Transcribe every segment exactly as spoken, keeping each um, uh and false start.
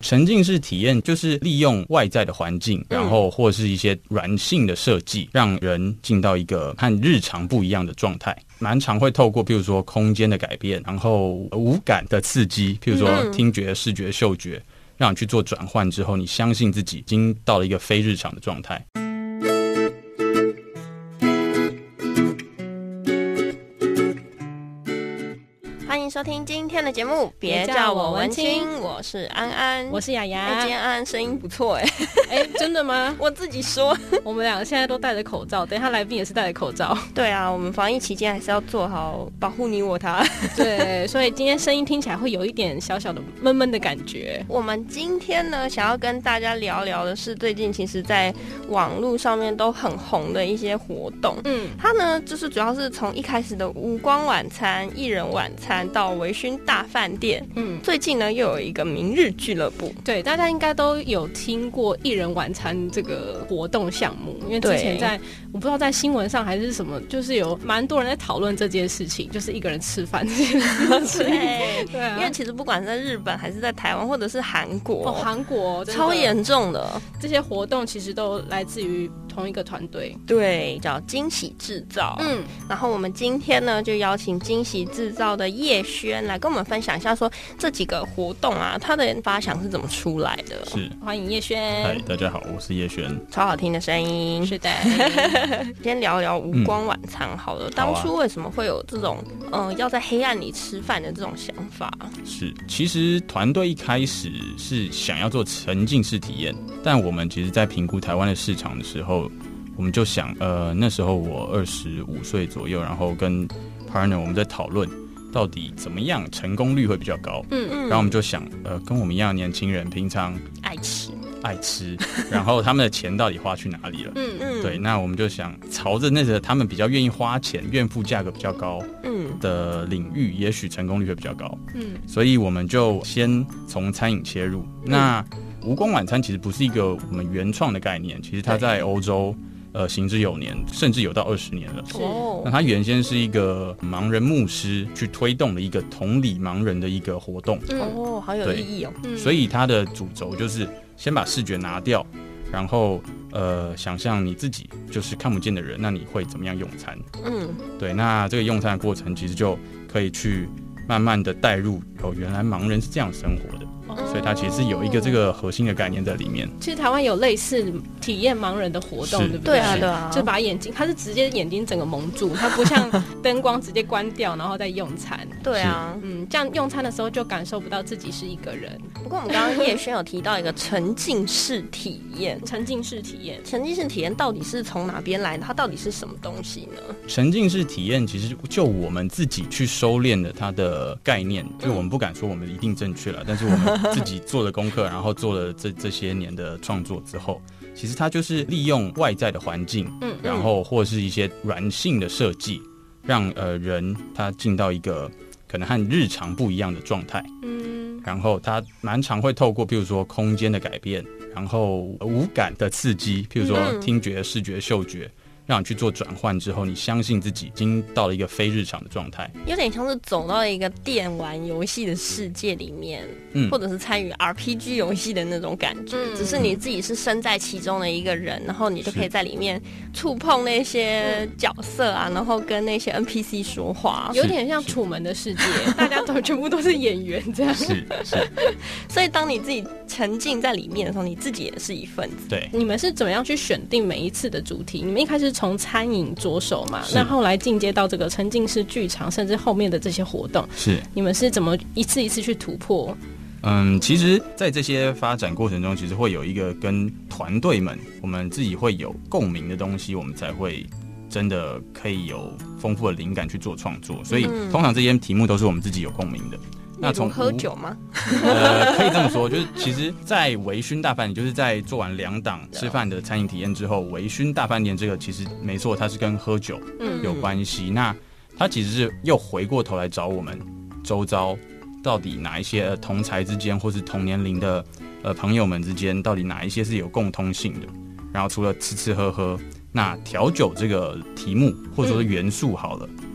沉浸式体验就是利用外在的环境，然后或是一些软性的设计，让人进到一个和日常不一样的状态。蛮常会透过譬如说空间的改变，然后五感的刺激，譬如说听觉、视觉、嗅觉，让你去做转换之后，你相信自己已经到了一个非日常的状态。 欢迎收听今天的节目，别叫我文青，我是安安， 我是雅雅。 欸、今天安安声音不错哎、 欸，哎、欸，真的吗？ 我自己说， 我们两个现在都戴着口罩，等一下来宾也是戴着口罩。 对啊，我们防疫期间还是要做好保护你我他。 对，所以今天声音听起来会有一点小小的闷闷的感觉。 我们今天呢，想要跟大家聊聊的是最近其实在网络上面都很红的一些活动。嗯，它呢就是主要是从一开始的无光晚餐、一人晚餐到微醺大饭店，嗯，最近呢又有一个明日俱乐部。 对，大家应该都有听过一人晚餐这个活动项目，因为之前在我不知道在新闻上还是什么，就是有蛮多人在讨论这件事情，就是一个人吃饭这件事情。 对， 对啊， 因为其实不管是在日本还是在台湾或者是韩国， 哦，韩国超严重的， 这些活动其实都来自于同一个团队， 对，叫惊喜制造。嗯，然后我们今天呢就邀请惊喜制造的叶轩来跟我们分享一下，说这几个活动啊，它的发想是怎么出来的。 是， 欢迎叶轩。 嗨，大家好，我是叶轩。 超好听的声音。 是的。 先聊聊无光晚餐好了。嗯、当初为什么会有这种嗯、呃、要在黑暗里吃饭的这种想法？ 是，其实团队一开始是想要做沉浸式体验，但我们其实在评估台湾的市场的时候，我们就想，呃，那时候我二十五岁左右，然后跟 partner 我们在讨论到底怎么样成功率会比较高。嗯嗯，然后我们就想，呃，跟我们一样的年轻人，平常爱吃爱吃，然后他们的钱到底花去哪里了？嗯嗯，对，那我们就想朝着那个他们比较愿意花钱、愿付价格比较高的领域，也许成功率会比较高。嗯，所以我们就先从餐饮切入。嗯、那无光晚餐其实不是一个我们原创的概念，其实它在欧洲呃行之有年，甚至有到二十年了。哦，那它原先是一个盲人牧师去推动的一个同理盲人的一个活动。 嗯、哦，好有意义哦。 所以它的主轴就是先把视觉拿掉，然后呃想象你自己就是看不见的人，那你会怎么样用餐？嗯，对，那这个用餐的过程其实就可以去慢慢的带入，哦，原来盲人是这样生活的。所以它其实是有一个这个核心的概念在里面。 其实台湾有类似体验盲人的活动，对不对？ 对啊，对啊， 就把眼睛，它是直接眼睛整个蒙住，它不像灯光直接关掉，然后再用餐。 对啊， 嗯，这样用餐的时候就感受不到自己是一个人。 不过我们刚刚叶轩有提到一个沉浸式体验， 沉浸式体验， 沉浸式体验到底是从哪边来的？它到底是什么东西呢？ 沉浸式体验其实就我们自己去收敛了它的概念，就我们不敢说我们一定正确了，但是我们自己做了功课，然后做了这这些年的创作之后，其实它就是利用外在的环境，嗯，然后或是一些软性的设计，让呃人他进到一个可能和日常不一样的状态，嗯，然后他蛮常会透过譬如说空间的改变，然后五感的刺激，譬如说听觉、视觉、嗅觉，让你去做转换之后，你相信自己已经到了一个非日常的状态， 有点像是走到一个电玩游戏的世界里面，嗯，或者是参与 R P G 游戏的那种感觉，嗯，只是你自己是身在其中的一个人，然后你就可以在里面触碰那些角色啊，然后跟那些 N P C 说话， 有点像楚门的世界，大家都全部都是演员这样。 是是， 所以当你自己沉浸在里面的时候，你自己也是一份子。 对， 你们是怎么样去选定每一次的主题？你们一开始从餐饮着手嘛，那后来进阶到这个沉浸式剧场，甚至后面的这些活动， 是你们是怎么一次一次去突破？ 嗯，其实在这些发展过程中，其实会有一个跟团队们我们自己会有共鸣的东西，我们才会真的可以有丰富的灵感去做创作，所以、嗯、通常这些题目都是我们自己有共鸣的。 那从喝酒吗？ 呃，可以这么说，就是其实，在微醺大饭店，就是在做完两档吃饭的餐饮体验之后，微醺大饭店这个其实没错，它是跟喝酒有关系。嗯、那它其实是又回过头来找我们周遭到底哪一些、呃、同才之间，或是同年龄的呃朋友们之间，到底哪一些是有共通性的。然后除了吃吃喝喝，那调酒这个题目或者说元素好了，嗯、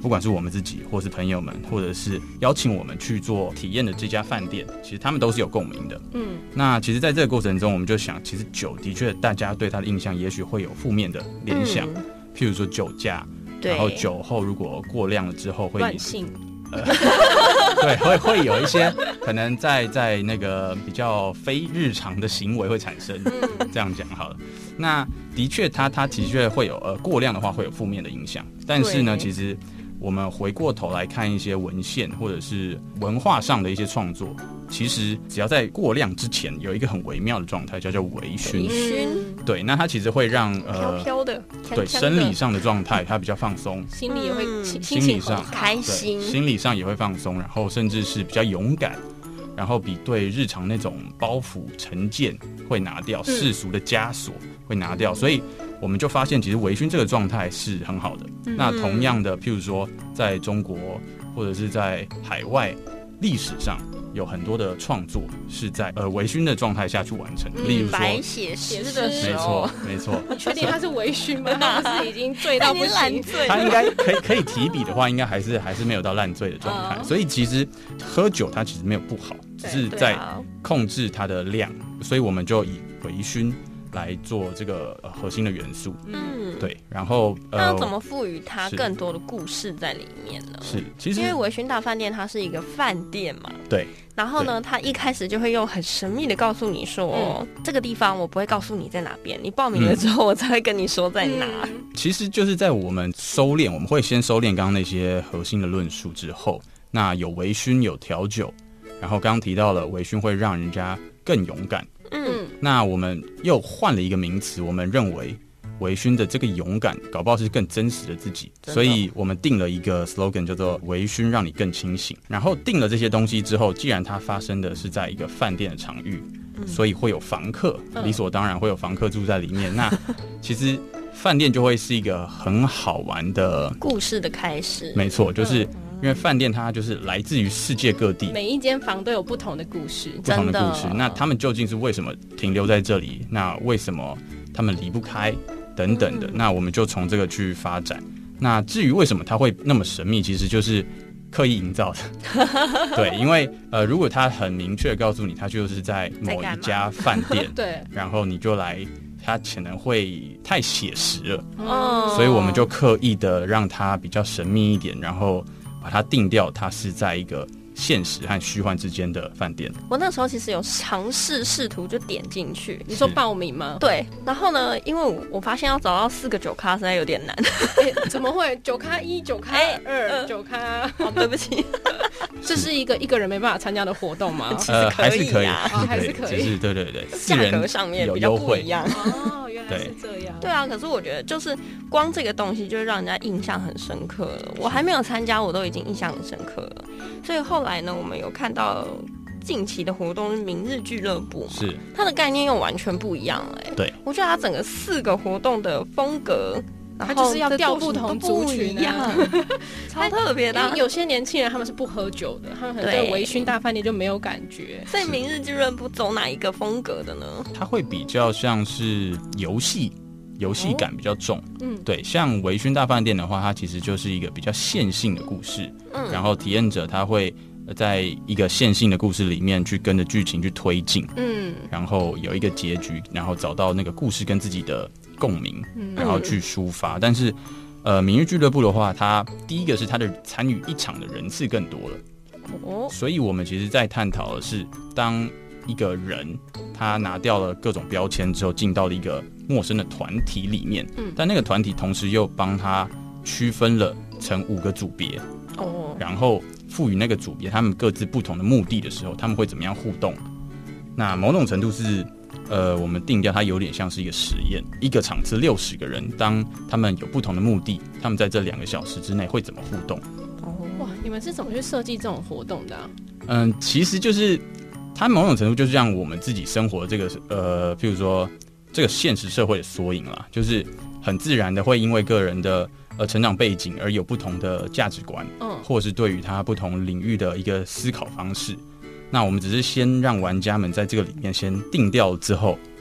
不管是我们自己，或是朋友们，或者是邀请我们去做体验的这家饭店，其实他们都是有共鸣的。嗯，那其实在这个过程中，我们就想，其实酒的确大家对它的印象也许会有负面的联想，嗯、譬如说酒驾，然后酒后如果过量了之后会乱性。 呃、对，会会有一些可能在在那个比较非日常的行为会产生，这样讲好了。那的确，它它的确会有呃过量的话会有负面的影响，但是呢，其实我们回过头来看一些文献或者是文化上的一些创作，其实只要在过量之前有一个很微妙的状态，叫做微醺。 微醺， 对，那它其实会让呃飘飘的， 对生理上的状态它比较放松， 心理也会、嗯、 心理上开心， 心理上也会放松，然后甚至是比较勇敢。然后比对日常那种包袱成见会拿掉，世俗的枷锁会拿掉，嗯、所以我们就发现其实微醺这个状态是很好的。嗯、那同样的，譬如说在中国或者是在海外历史上有很多的创作是在呃微醺的状态下去完成的，嗯、例如说白写诗的时候，没错没错。 你确定他是微醺吗？他不是已经醉到不行？ 他应该可以可以提笔的话，应该还是还是没有到烂醉的状态。嗯、所以其实喝酒它其实没有不好，只是在控制它的量，所以我们就以微醺来做这个、呃、核心的元素。嗯，对。然后呃，那要怎么赋予它更多的故事在里面呢？ 是，其实因为微醺大饭店它是一个饭店嘛， 对。 然后呢，他一开始就会用很神秘的告诉你说，嗯、这个地方我不会告诉你在哪边，你报名了之后我才会跟你说在哪。嗯、 其实就是在我们收敛，我们会先收敛刚刚那些核心的论述之后，那有微醺有调酒，然后刚刚提到了微醺会让人家更勇敢。嗯，那我们又换了一个名词，我们认为微醺的这个勇敢搞不好是更真实的自己，所以我们定了一个 slogan 叫做微醺让你更清醒。然后定了这些东西之后，既然它发生的是在一个饭店的场域，嗯、所以会有房客，理所当然会有房客住在里面。那其实饭店就会是一个很好玩的故事的开始。 没错，就是因为饭店它就是来自于世界各地， 每一间房都有不同的故事， 不同的故事。那他们究竟是为什么停留在这里？那为什么他们离不开？等等的，那我们就从这个去发展。那至于为什么它会那么神秘，其实就是刻意营造的。对，因为呃，如果他很明确告诉你，他就是在某一家饭店， 对， 然后你就来，他可能会太写实了。哦，所以我们就刻意的让它比较神秘一点，然后把它定调，它是在一个现实和虚幻之间的饭店。 我那时候其实有尝试试图就点进去。 你说报名吗？ 对，然后呢，因为我发现要找到四个酒咖实在有点难。 欸、怎么会？酒咖一、酒咖二、欸、酒咖…… 哦，对不起， 这是一个一个人没办法参加的活动吗？ 其实可以、 啊呃，还是可以，还是可以，就是对对对， 价格上面比较不一样。 哦，原来是这样。 对啊，可是我觉得就是光这个东西就让人家印象很深刻了。我还没有参加，我都已经印象很深刻了。所以后来呢，我们有看到近期的活动是明日俱乐部嘛， 是它的概念又完全不一样了、欸。 对， 我觉得它整个四个活动的风格，然后它就是要调不同族群一样， 超特别的、啊。 有些年轻人他们是不喝酒的，他们可能对微醺大饭店就没有感觉。 所以明日俱乐部走哪一个风格的呢？ 它会比较像是游戏。游戏感比较重，嗯，对，像微醺大饭店的话，它其实就是一个比较线性的故事，嗯，然后体验者他会在一个线性的故事里面去跟着剧情去推进，嗯，然后有一个结局，然后找到那个故事跟自己的共鸣，嗯，然后去抒发。但是，呃，明日俱乐部的话，它第一个是它的参与一场的人次更多了，哦，所以我们其实在探讨的是当一个人他拿掉了各种标签之后，进到了一个陌生的团体里面，嗯，但那个团体同时又帮他区分了成五个组别，哦，然后赋予那个组别他们各自不同的目的的时候，他们会怎么样互动？那某种程度是，呃，我们定调它有点像是一个实验，一个场次六十个人，当他们有不同的目的，他们在这两个小时之内会怎么互动？ 哦，哇，你们是怎么去设计这种活动的啊？ 嗯，其实就是。它某种程度就是让我们自己生活这个呃，譬如说这个现实社会的缩影啦，就是很自然的会因为个人的呃成长背景而有不同的价值观，嗯，或是对于他不同领域的一个思考方式。那我们只是先让玩家们在这个里面先定调之后，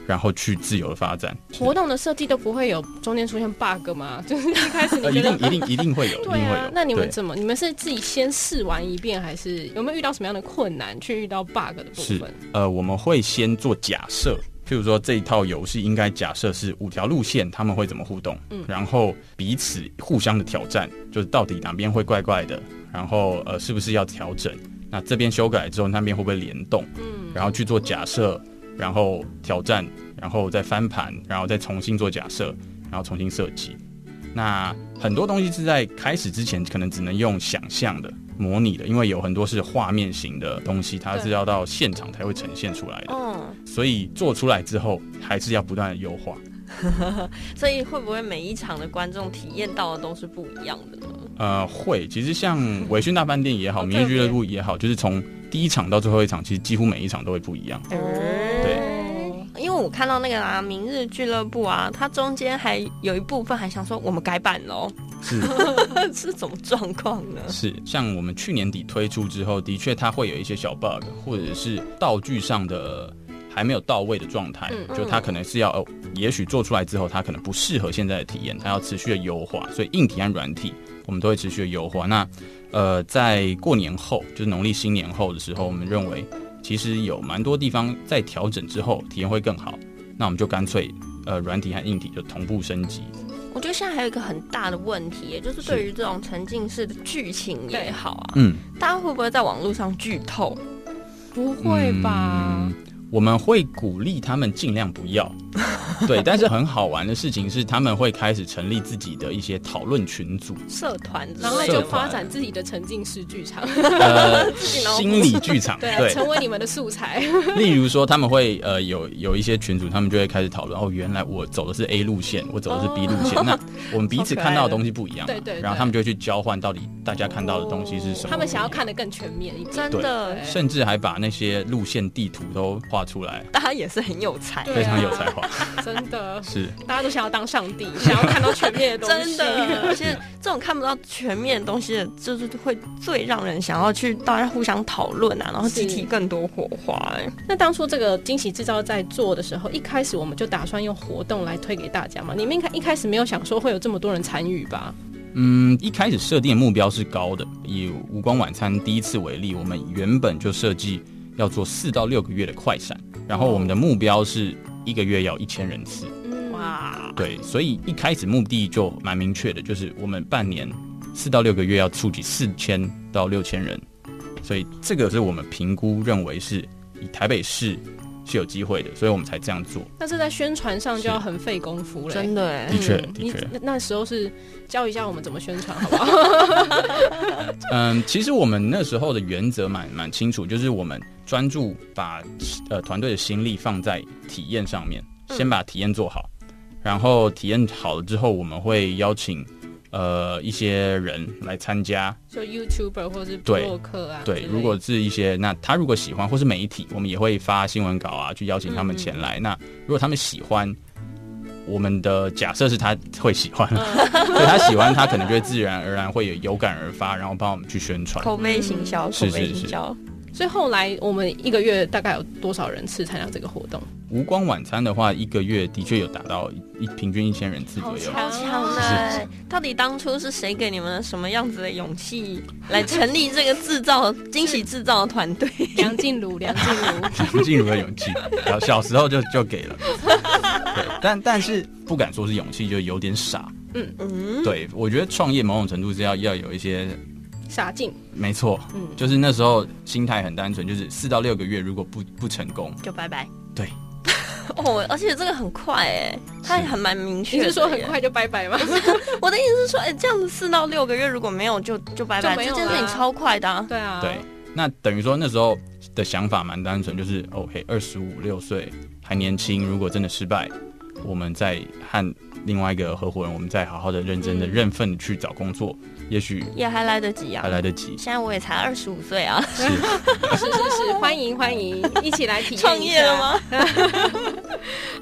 然后去自由的发展。 活动的设计都不会有中间出现 bug 吗？就是一开始你觉得、 呃、一定一定一定会有， 对啊， 一定会有。 那你们怎么？你们是自己先试完一遍，还是有没有遇到什么样的困难，去遇到 bug 的部分？ 是呃，我们会先做假设。譬如说这一套游戏应该假设是五条路线，他们会怎么互动，嗯，然后彼此互相的挑战，就是到底哪边会怪怪的，然后呃是不是要调整，那这边修改之后那边会不会联动，嗯，然后去做假设，然后挑战，然后再翻盘，然后再重新做假设，然后重新设计。那很多东西是在开始之前可能只能用想象的模拟的，因为有很多是画面型的东西，它是要到现场才会呈现出来的，嗯，所以做出来之后还是要不断的优化。 所以会不会每一场的观众体验到的都是不一样的呢？ 呃，会。其实像微醺大饭店也好，明日俱乐部也好，就是从第一场到最后一场，其实几乎每一场都会不一样。 嗯、对。因为我看到那个啊，明日俱乐部啊，它中间还有一部分还想说我们改版咯， 是是什么状况呢？ 是像我们去年底推出之后，的确它会有一些小 bug， 或者是道具上的还没有到位的状态，嗯、就它可能是要、哦，也许做出来之后，它可能不适合现在的体验，它要持续的优化，所以硬体和软体我们都会持续的优化。那呃，在过年后，就是农历新年后的时候，我们认为其实有蛮多地方在调整之后体验会更好，那我们就干脆呃软体和硬体就同步升级。 我觉得现在还有一个很大的问题，也就是对于这种沉浸式的剧情也好啊，嗯，大家会不会在网络上剧透？ 不会吧？ 嗯，我们会鼓励他们尽量不要，对。但是很好玩的事情是，他们会开始成立自己的一些讨论群组、 社团， 然后就发展自己的沉浸式剧场， 呃，心理剧场， 对，对，成为你们的素材。 例如说，他们会呃有有一些群组，他们就会开始讨论哦，原来我走的是 A 路线，我走的是 B 路线，哦、那我们彼此看到的东西不一样， 对 对, 对。 然后他们就会去交换，到底大家看到的东西是什么？ 他们想要看得更全面一点， 真的， 甚至还把那些路线地图都画出来。 大家也是很有才， 非常有才华， 真的是大家都想要当上帝，想要看到全面的东西。 真的，而且这种看不到全面的东西的，就是会最让人想要去大家互相讨论啊，然后激起更多火花。哎， 那当初这个惊喜制造在做的时候，一开始我们就打算用活动来推给大家嘛？你们一开始没有想说会有这么多人参与吧？ 嗯，一开始设定的目标是高的。以无光晚餐第一次为例，我们原本就设计要做四到六个月的快闪，然后我们的目标是一个月要一千人次。哇，对，所以一开始目的就蛮明确的，就是我们半年四到六个月要触及四千到六千人，所以这个是我们评估认为是以台北市是有机会的，所以我们才这样做。 但是在宣传上就要很费功夫了， 真的哎， 的确的确。 那时候是教一下我们怎么宣传，好不好？ 嗯，其实我们那时候的原则蛮蛮清楚，就是我们专注把呃团队的心力放在体验上面，先把体验做好，然后体验好了之后，我们会邀請呃一些人来参加， 就 YouTuber 或是部落客啊， 对，如果是一些那他如果喜欢，或是媒体，我们也会发新闻稿啊，去邀请他们前来。嗯、那如果他们喜欢，我们的假设是他会喜欢，嗯、所以他喜欢，他可能就会自然而然会有有感而发，然后帮我们去宣传， 口碑行销，口碑行销。 所以后来我们一个月大概有多少人次参加这个活动？ 无光晚餐的话，一个月的确有达到一平均一千人次左右。 好强的！到底当初是谁给你们什么样子的勇气来成立这个制造惊喜制造的团队？ 梁静茹，梁静茹， 梁静茹的勇气，小小时候就就给了。对，但但是不敢说是勇气，就有点傻。嗯嗯，对，我觉得创业某种程度是要要有一些。 傻劲， 没错，嗯，就是那时候心态很单纯，就是四到六个月，如果不不成功， 就拜拜。 对， 哦，而且这个很快哎，它也很蛮明确的。 你是说很快就拜拜吗？ 我的意思是说，哎，这样子四到六个月如果没有就就拜拜，这件事情超快的、啊。 对啊， 对，那等于说那时候的想法蛮单纯，就是 OK， 二十五六岁还年轻，如果真的失败，我们再和另外一个合伙人，我们再好好的、认真的、认份的去找工作。也许也还来得及啊， 还来得及。 现在我也才二十五岁啊， 是是是是，欢迎欢迎，一起来体验一下创业了吗？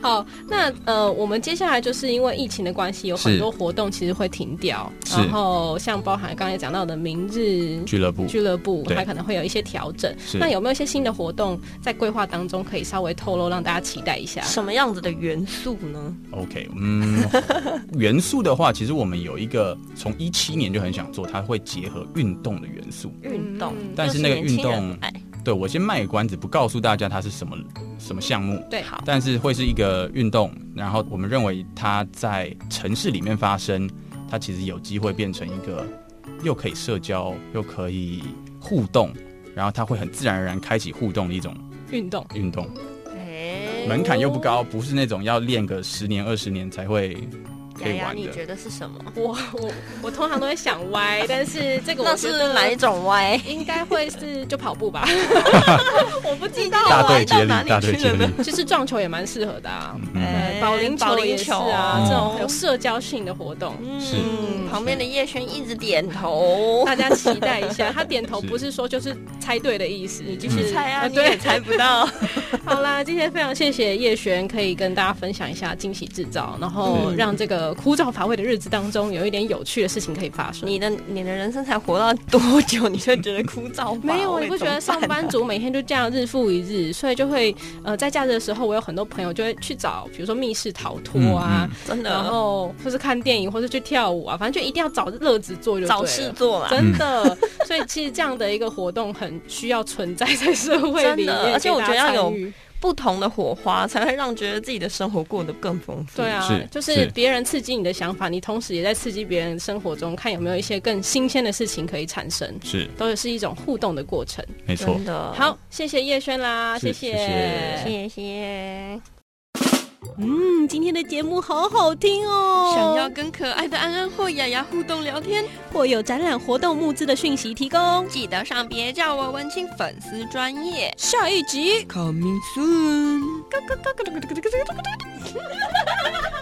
好，那呃，我们接下来就是因为疫情的关系，有很多活动其实会停掉，然后像包含刚才讲到的明日俱乐部， 俱乐部它可能会有一些调整。那有没有一些新的活动在规划当中可以稍微透露，让大家期待一下？ 什么样子的元素呢 ？OK， 嗯，元素的话，其实我们有一个从一七年就很想做，它会结合运动的元素。 运动， 但是那个运动，对我先卖个关子，不告诉大家它是什么什么项目。 对，好， 但是会是一个运动，然后我们认为它在城市里面发生，它其实有机会变成一个又可以社交又可以互动，然后它会很自然而然开启互动的一种运动。 运动，门槛又不高，不是那种要练个十年二十年才会可以玩的。 你觉得是什么？ 我我我通常都会想歪，但是这个我觉得那是哪一种歪？ 应该会是就跑步吧。我不知道大队接力，大队接力。 其实撞球也蛮适合的啊，嗯、保龄球也是啊，嗯、这种有社交性的活动。 是、 嗯，旁边的叶轩一直点头， 大家期待一下。他点头不是说就是猜对的意思， 你继续猜啊， 嗯、 你也猜不到。 好啦，今天非常谢谢叶轩，可以跟大家分享一下惊喜制造，然后让这个枯燥乏味的日子当中有一点有趣的事情可以发生。 你的你的人生才活到多久，你就觉得枯燥乏味？ 没有，你不觉得上班族每天就这样日复一日，所以就会呃在假日的时候，我有很多朋友就会去找，比如说密室逃脱啊， 嗯嗯、真的， 然后或是看电影，或是去跳舞啊，反正就一定要找乐子做就对了， 找事做啦， 真的。嗯、所以其实这样的一个活动很需要存在在社会里面， 真的，而且我觉得要有不同的火花，才会让觉得自己的生活过得更丰富。 对啊，是就是别人刺激你的想法，你同时也在刺激别人生活中，看有没有一些更新鲜的事情可以产生。 是， 都是一种互动的过程。 没错。 好，谢谢叶轩啦，谢谢， 谢谢。 嗯，今天的节目好好听哦！ 想要跟可爱的安安或雅雅互动聊天， 或有展览活动募资的讯息提供， 记得上别叫我文青粉丝专页。 下一集 Coming soon。